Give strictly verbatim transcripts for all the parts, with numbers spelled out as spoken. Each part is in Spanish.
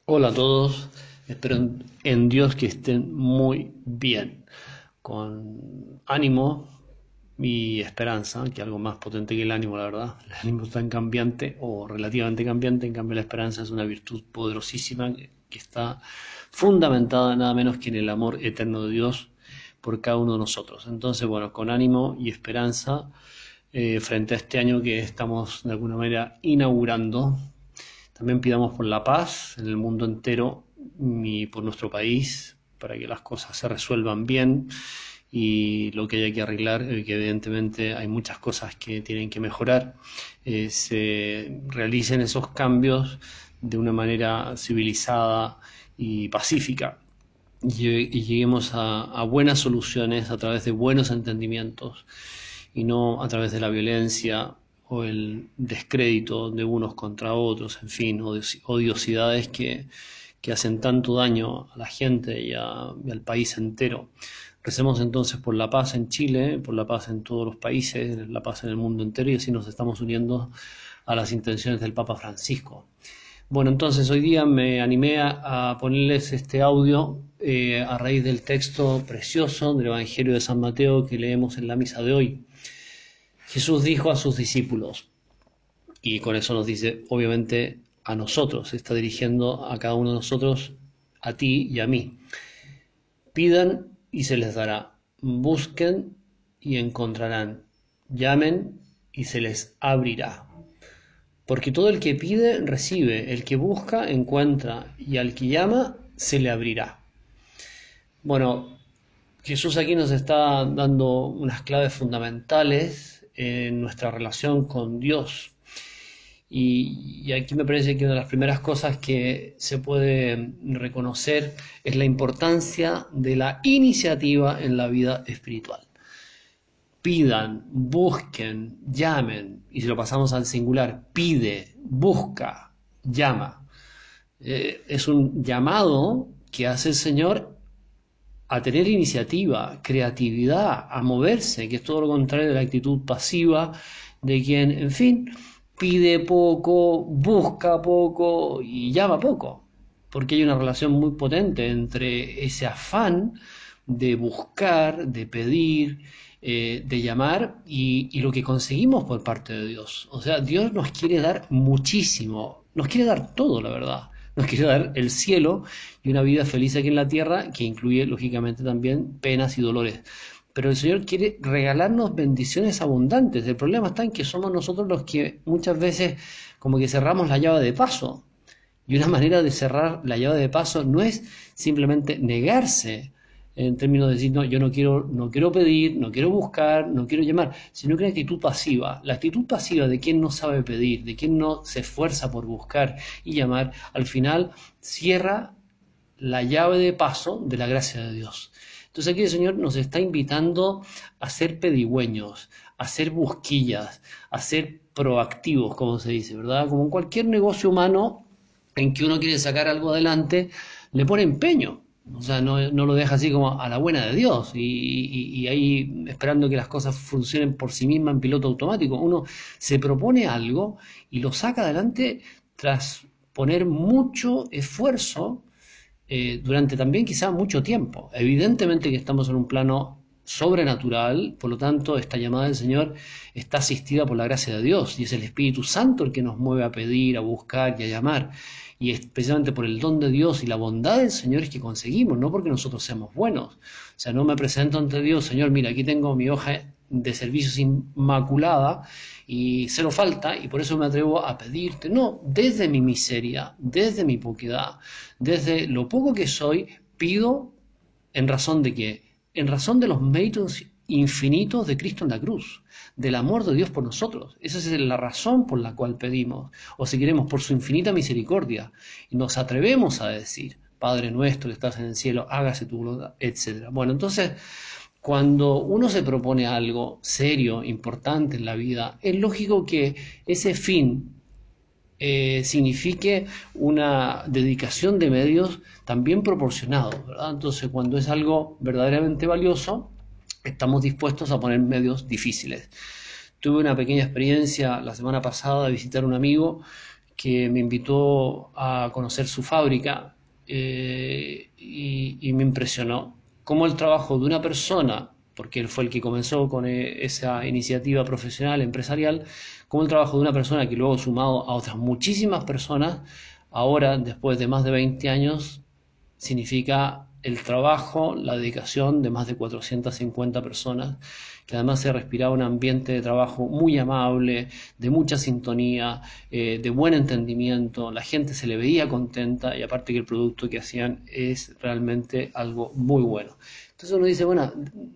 Hola a todos, espero en, en Dios que estén muy bien, con ánimo y esperanza, que algo más potente que el ánimo, la verdad. El ánimo es tan cambiante o relativamente cambiante, en cambio la esperanza es una virtud poderosísima que está fundamentada nada menos que en el amor eterno de Dios por cada uno de nosotros. Entonces, bueno, con ánimo y esperanza eh, frente a este año que estamos de alguna manera inaugurando. También pidamos por la paz en el mundo entero y por nuestro país, para que las cosas se resuelvan bien y lo que haya que arreglar, eh, que evidentemente hay muchas cosas que tienen que mejorar, eh, se realicen esos cambios de una manera civilizada y pacífica y, y lleguemos a, a buenas soluciones a través de buenos entendimientos y no a través de la violencia o el descrédito de unos contra otros, en fin, odiosidades que, que hacen tanto daño a la gente y, a, y al país entero. Recemos entonces por la paz en Chile, por la paz en todos los países, la paz en el mundo entero, y así nos estamos uniendo a las intenciones del Papa Francisco. Bueno, entonces hoy día me animé a, a ponerles este audio eh, a raíz del texto precioso del Evangelio de San Mateo que leemos en la misa de hoy. Jesús dijo a sus discípulos, y con eso nos dice obviamente a nosotros, se está dirigiendo a cada uno de nosotros, a ti y a mí. Pidan y se les dará, busquen y encontrarán, llamen y se les abrirá. Porque todo el que pide, recibe, el que busca, encuentra, y al que llama, se le abrirá. Bueno, Jesús aquí nos está dando unas claves fundamentales en nuestra relación con Dios. Y, y aquí me parece que una de las primeras cosas que se puede reconocer es la importancia de la iniciativa en la vida espiritual. Pidan, busquen, llamen, y si lo pasamos al singular, pide, busca, llama. Eh, es un llamado que hace el Señor a tener iniciativa, creatividad, a moverse, que es todo lo contrario de la actitud pasiva de quien, en fin, pide poco, busca poco y llama poco, porque hay una relación muy potente entre ese afán de buscar, de pedir, eh, de llamar y, y lo que conseguimos por parte de Dios. O sea, Dios nos quiere dar muchísimo, nos quiere dar todo, la verdad. Nos quiere dar el cielo y una vida feliz aquí en la tierra, que incluye lógicamente también penas y dolores. Pero el Señor quiere regalarnos bendiciones abundantes. El problema está en que somos nosotros los que muchas veces como que cerramos la llave de paso. Y una manera de cerrar la llave de paso no es simplemente negarse en términos de decir, no, yo no quiero, no quiero pedir, no quiero buscar, no quiero llamar, sino que una actitud pasiva. La actitud pasiva de quien no sabe pedir, de quien no se esfuerza por buscar y llamar, al final cierra la llave de paso de la gracia de Dios. Entonces aquí el Señor nos está invitando a ser pedigüeños, a ser busquillas, a ser proactivos, como se dice, ¿verdad? Como en cualquier negocio humano en que uno quiere sacar algo adelante, le pone empeño. O sea, no, no lo deja así como a la buena de Dios y, y, y ahí esperando que las cosas funcionen por sí mismas en piloto automático. Uno se propone algo y lo saca adelante tras poner mucho esfuerzo eh, durante también quizá mucho tiempo. Evidentemente que estamos en un plano sobrenatural, por lo tanto esta llamada del Señor está asistida por la gracia de Dios y es el Espíritu Santo el que nos mueve a pedir, a buscar y a llamar. Y es precisamente por el don de Dios y la bondad del Señor es que conseguimos, no porque nosotros seamos buenos. O sea, no me presento ante Dios, Señor, mira, aquí tengo mi hoja de servicios inmaculada y cero falta y por eso me atrevo a pedirte. No, desde mi miseria, desde mi poquedad, desde lo poco que soy, pido en razón de que, en razón de los méritos infinitos de Cristo en la cruz, del amor de Dios por nosotros. Esa es la razón por la cual pedimos, o si queremos, por su infinita misericordia. Y nos atrevemos a decir, Padre nuestro que estás en el cielo, hágase tu voluntad, etcétera. Bueno, entonces, cuando uno se propone algo serio, importante en la vida, es lógico que ese fin eh, signifique una dedicación de medios también proporcionados, ¿verdad? Entonces, cuando es algo verdaderamente valioso, estamos dispuestos a poner medios difíciles. Tuve una pequeña experiencia la semana pasada de visitar a un amigo que me invitó a conocer su fábrica eh, y, y me impresionó cómo el trabajo de una persona, porque él fue el que comenzó con eh, esa iniciativa profesional, empresarial, cómo el trabajo de una persona que luego sumado a otras muchísimas personas, ahora, después de más de veinte años, significa el trabajo, la dedicación de más de cuatrocientas cincuenta personas, que además se respiraba un ambiente de trabajo muy amable, de mucha sintonía, eh, de buen entendimiento, la gente se le veía contenta y aparte que el producto que hacían es realmente algo muy bueno. Entonces uno dice, bueno,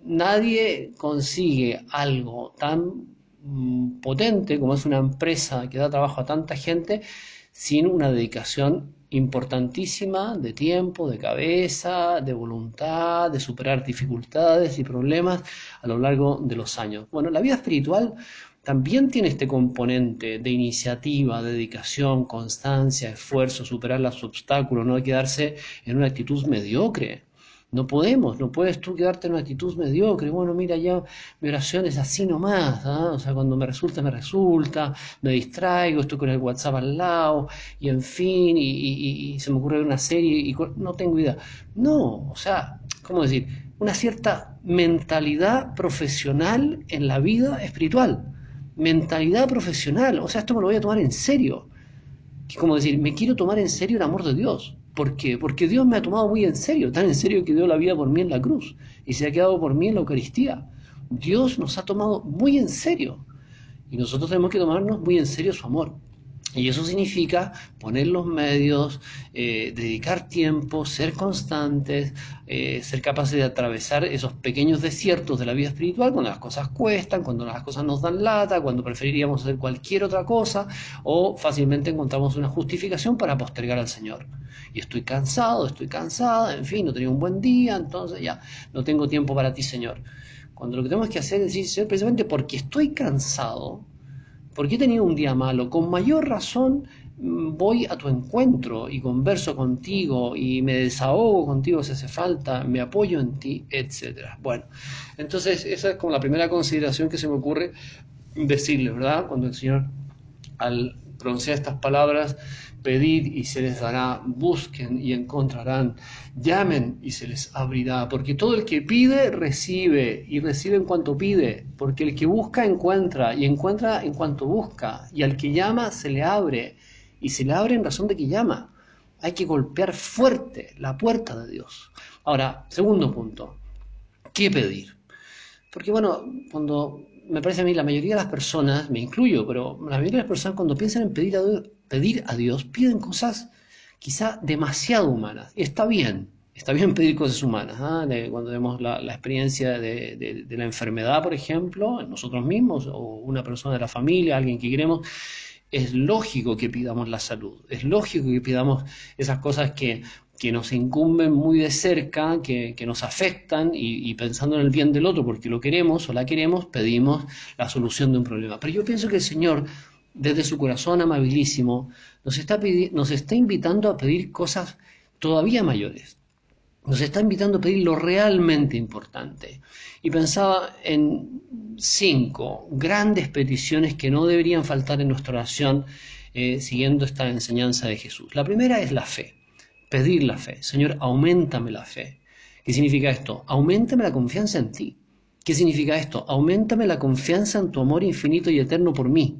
nadie consigue algo tan mm, potente como es una empresa que da trabajo a tanta gente sin una dedicación importantísima de tiempo, de cabeza, de voluntad, de superar dificultades y problemas a lo largo de los años. Bueno, la vida espiritual también tiene este componente de iniciativa, dedicación, constancia, esfuerzo, superar los obstáculos, no quedarse en una actitud mediocre. No podemos, no puedes tú quedarte en una actitud mediocre. Bueno, mira, ya mi oración es así nomás, ¿ah? O sea, cuando me resulta, me resulta, me distraigo, estoy con el WhatsApp al lado, y en fin, y, y- y se me ocurre ver una serie y no tengo idea. No, o sea, ¿cómo decir? Una cierta mentalidad profesional en la vida espiritual. Mentalidad profesional, o sea, esto me lo voy a tomar en serio. Es como decir, me quiero tomar en serio el amor de Dios. ¿Por qué? Porque Dios me ha tomado muy en serio, tan en serio que dio la vida por mí en la cruz y se ha quedado por mí en la Eucaristía. Dios nos ha tomado muy en serio y nosotros tenemos que tomarnos muy en serio su amor. Y eso significa poner los medios, eh, dedicar tiempo, ser constantes, eh, ser capaces de atravesar esos pequeños desiertos de la vida espiritual cuando las cosas cuestan, cuando las cosas nos dan lata, cuando preferiríamos hacer cualquier otra cosa o fácilmente encontramos una justificación para postergar al Señor. Y estoy cansado, estoy cansada, en fin, no tenía un buen día, entonces ya no tengo tiempo para ti, Señor. Cuando lo que tenemos que hacer es decir, Señor, precisamente porque estoy cansado, porque he tenido un día malo, con mayor razón mm, voy a tu encuentro y converso contigo y me desahogo contigo si hace falta, me apoyo en ti, etcétera. Bueno, entonces esa es como la primera consideración que se me ocurre decirle, ¿verdad? Cuando el Señor, al pronunciar estas palabras, pedid y se les dará, busquen y encontrarán, llamen y se les abrirá, porque todo el que pide recibe y recibe en cuanto pide, porque el que busca encuentra y encuentra en cuanto busca, y al que llama se le abre y se le abre en razón de que llama. Hay que golpear fuerte la puerta de Dios. Ahora, segundo punto, ¿qué pedir? Porque bueno, cuando me parece a mí la mayoría de las personas, me incluyo, pero la mayoría de las personas cuando piensan en pedir a Dios, pedir a Dios piden cosas quizá demasiado humanas. Y está bien, está bien pedir cosas humanas. ¿Ah? De, cuando vemos la, la experiencia de, de, de la enfermedad, por ejemplo, en nosotros mismos o una persona de la familia, alguien que queremos, es lógico que pidamos la salud, es lógico que pidamos esas cosas que, que nos incumben muy de cerca, que, que nos afectan y, y pensando en el bien del otro porque lo queremos o la queremos, pedimos la solución de un problema. Pero yo pienso que el Señor, desde su corazón amabilísimo, nos está, nos está invitando a pedir cosas todavía mayores. Nos está invitando a pedir lo realmente importante. Y pensaba en cinco grandes peticiones que no deberían faltar en nuestra oración eh, siguiendo esta enseñanza de Jesús. La primera es la fe, pedir la fe. Señor, auméntame la fe. ¿Qué significa esto? Auméntame la confianza en ti. ¿Qué significa esto? Auméntame la confianza en tu amor infinito y eterno por mí.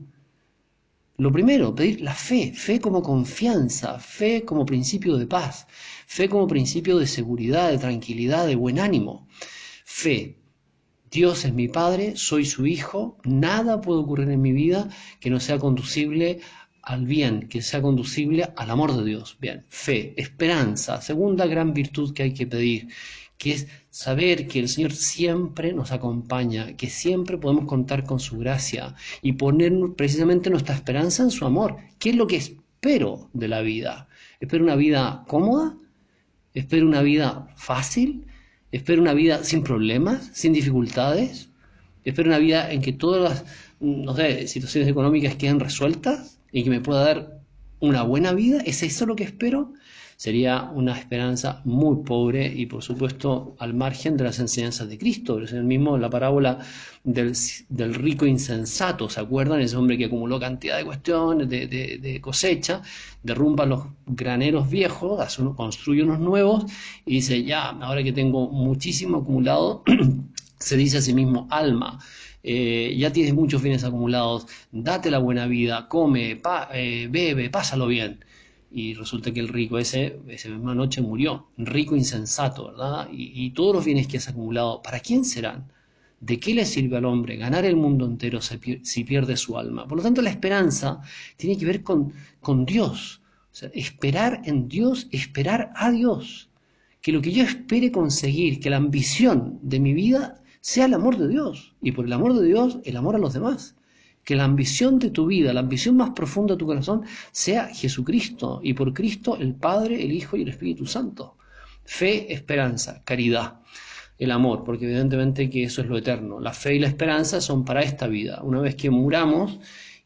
Lo primero, pedir la fe, fe como confianza, fe como principio de paz, fe como principio de seguridad, de tranquilidad, de buen ánimo. Fe, Dios es mi Padre, soy su Hijo, nada puede ocurrir en mi vida que no sea conducible al bien, que sea conducible al amor de Dios. Bien, fe, esperanza, segunda gran virtud que hay que pedir, que es saber que el Señor siempre nos acompaña, que siempre podemos contar con su gracia y poner precisamente nuestra esperanza en su amor. ¿Qué es lo que espero de la vida? ¿Espero una vida cómoda? ¿Espero una vida fácil? ¿Espero una vida sin problemas, sin dificultades? ¿Espero una vida en que todas las, no sé, situaciones económicas queden resueltas y que me pueda dar una buena vida, ¿es eso lo que espero? Sería una esperanza muy pobre y por supuesto al margen de las enseñanzas de Cristo. Es el mismo la parábola del, del rico insensato, ¿se acuerdan? Ese hombre que acumuló cantidad de cuestiones, de, de, de cosecha, derrumba los graneros viejos, hace uno, construye unos nuevos y dice, ya, ahora que tengo muchísimo acumulado, se dice a sí mismo, alma, eh, ya tienes muchos bienes acumulados, date la buena vida, come, pa, eh, bebe, pásalo bien. Y resulta que el rico ese, esa misma noche murió, rico insensato, ¿verdad? Y, y todos los bienes que has acumulado, ¿para quién serán? ¿De qué le sirve al hombre ganar el mundo entero si pierde su alma? Por lo tanto, la esperanza tiene que ver con, con Dios. O sea, esperar en Dios, esperar a Dios. Que lo que yo espere conseguir, que la ambición de mi vida sea el amor de Dios. Y por el amor de Dios, el amor a los demás. Que la ambición de tu vida, la ambición más profunda de tu corazón, sea Jesucristo. Y por Cristo el Padre, el Hijo y el Espíritu Santo. Fe, esperanza, caridad. El amor, porque evidentemente que eso es lo eterno. La fe y la esperanza son para esta vida. Una vez que muramos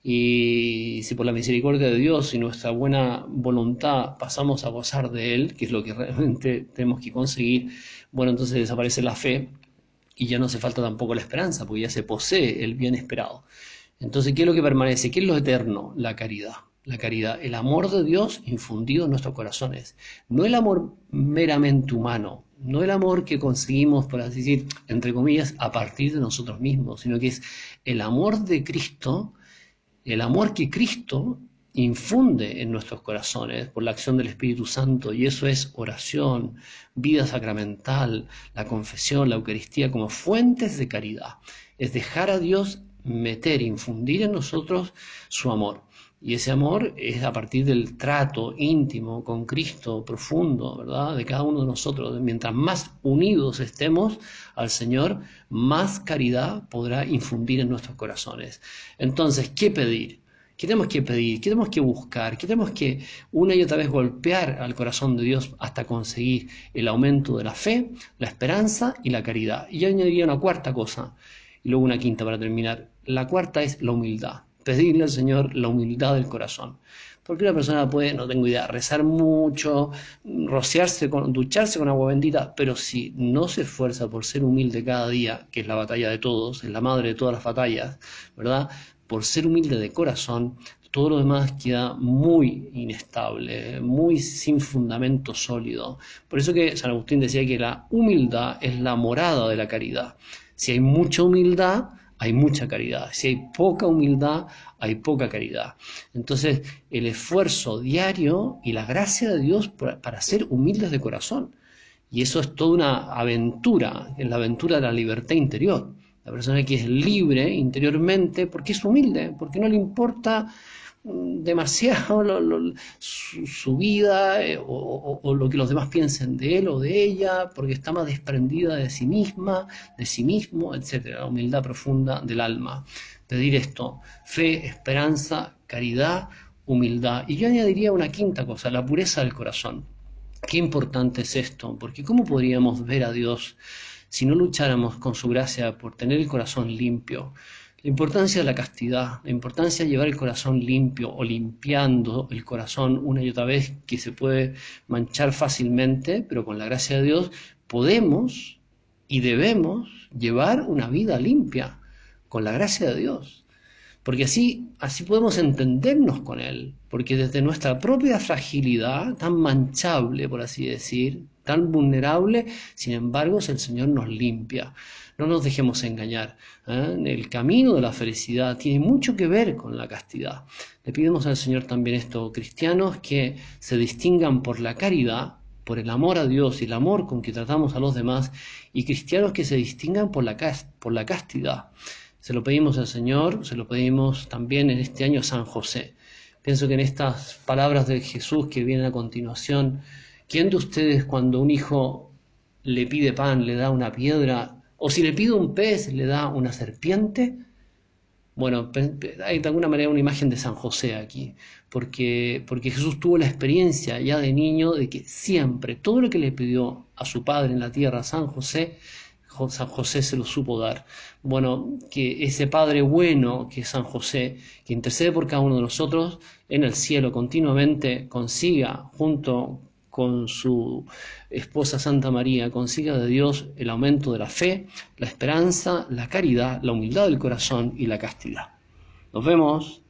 y si por la misericordia de Dios y nuestra buena voluntad pasamos a gozar de Él, que es lo que realmente tenemos que conseguir, bueno, entonces desaparece la fe y ya no hace falta tampoco la esperanza, porque ya se posee el bien esperado. Entonces, ¿qué es lo que permanece? ¿Qué es lo eterno? La caridad. La caridad, el amor de Dios infundido en nuestros corazones. No el amor meramente humano, no el amor que conseguimos, por así decir, entre comillas, a partir de nosotros mismos, sino que es el amor de Cristo, el amor que Cristo infunde en nuestros corazones por la acción del Espíritu Santo, y eso es oración, vida sacramental, la confesión, la Eucaristía como fuentes de caridad. Es dejar a Dios meter, infundir en nosotros su amor. Y ese amor es a partir del trato íntimo con Cristo, profundo, ¿verdad?, de cada uno de nosotros. Mientras más unidos estemos al Señor, más caridad podrá infundir en nuestros corazones. Entonces, ¿qué pedir? ¿Qué tenemos que pedir? ¿Qué tenemos que buscar? ¿Qué tenemos que una y otra vez golpear al corazón de Dios hasta conseguir el aumento de la fe, la esperanza y la caridad? Y yo añadiría una cuarta cosa, y luego una quinta para terminar. La cuarta es la humildad. Pedirle al Señor la humildad del corazón. Porque una persona puede, no tengo idea, rezar mucho, rociarse, con, ducharse con agua bendita, pero si no se esfuerza por ser humilde cada día, que es la batalla de todos, es la madre de todas las batallas, ¿verdad?, por ser humilde de corazón, todo lo demás queda muy inestable, muy sin fundamento sólido. Por eso que San Agustín decía que la humildad es la morada de la caridad. Si hay mucha humildad, hay mucha caridad. Si hay poca humildad, hay poca caridad. Entonces, el esfuerzo diario y la gracia de Dios para ser humildes de corazón. Y eso es toda una aventura, es la aventura de la libertad interior. La persona que es libre interiormente porque es humilde, porque no le importa demasiado lo, lo, su, su vida eh, o, o, o lo que los demás piensen de él o de ella, porque está más desprendida de sí misma, de sí mismo, etcétera. La humildad profunda del alma. Pedir esto: fe, esperanza, caridad, humildad. Y yo añadiría una quinta cosa: la pureza del corazón. Qué importante es esto, porque ¿cómo podríamos ver a Dios si no lucháramos con su gracia por tener el corazón limpio? La importancia de la castidad, la importancia de llevar el corazón limpio o limpiando el corazón una y otra vez, que se puede manchar fácilmente, pero con la gracia de Dios podemos y debemos llevar una vida limpia, con la gracia de Dios. Porque así, así podemos entendernos con Él, porque desde nuestra propia fragilidad, tan manchable, por así decir, tan vulnerable, sin embargo, el Señor nos limpia. No nos dejemos engañar, ¿eh? El camino de la felicidad tiene mucho que ver con la castidad. Le pedimos al Señor también esto: cristianos que se distingan por la caridad, por el amor a Dios y el amor con que tratamos a los demás, y cristianos que se distingan por la, por la castidad. Se lo pedimos al Señor, se lo pedimos también en este año a San José. Pienso que en estas palabras de Jesús que vienen a continuación, ¿quién de ustedes cuando un hijo le pide pan le da una piedra? ¿O si le pide un pez le da una serpiente? Bueno, hay de alguna manera una imagen de San José aquí, porque, porque Jesús tuvo la experiencia ya de niño de que siempre, todo lo que le pidió a su padre en la tierra, San José, San José se lo supo dar. Bueno, que ese Padre bueno que es San José, que intercede por cada uno de nosotros en el cielo continuamente, consiga junto con su esposa Santa María, consiga de Dios el aumento de la fe, la esperanza, la caridad, la humildad del corazón y la castidad. Nos vemos.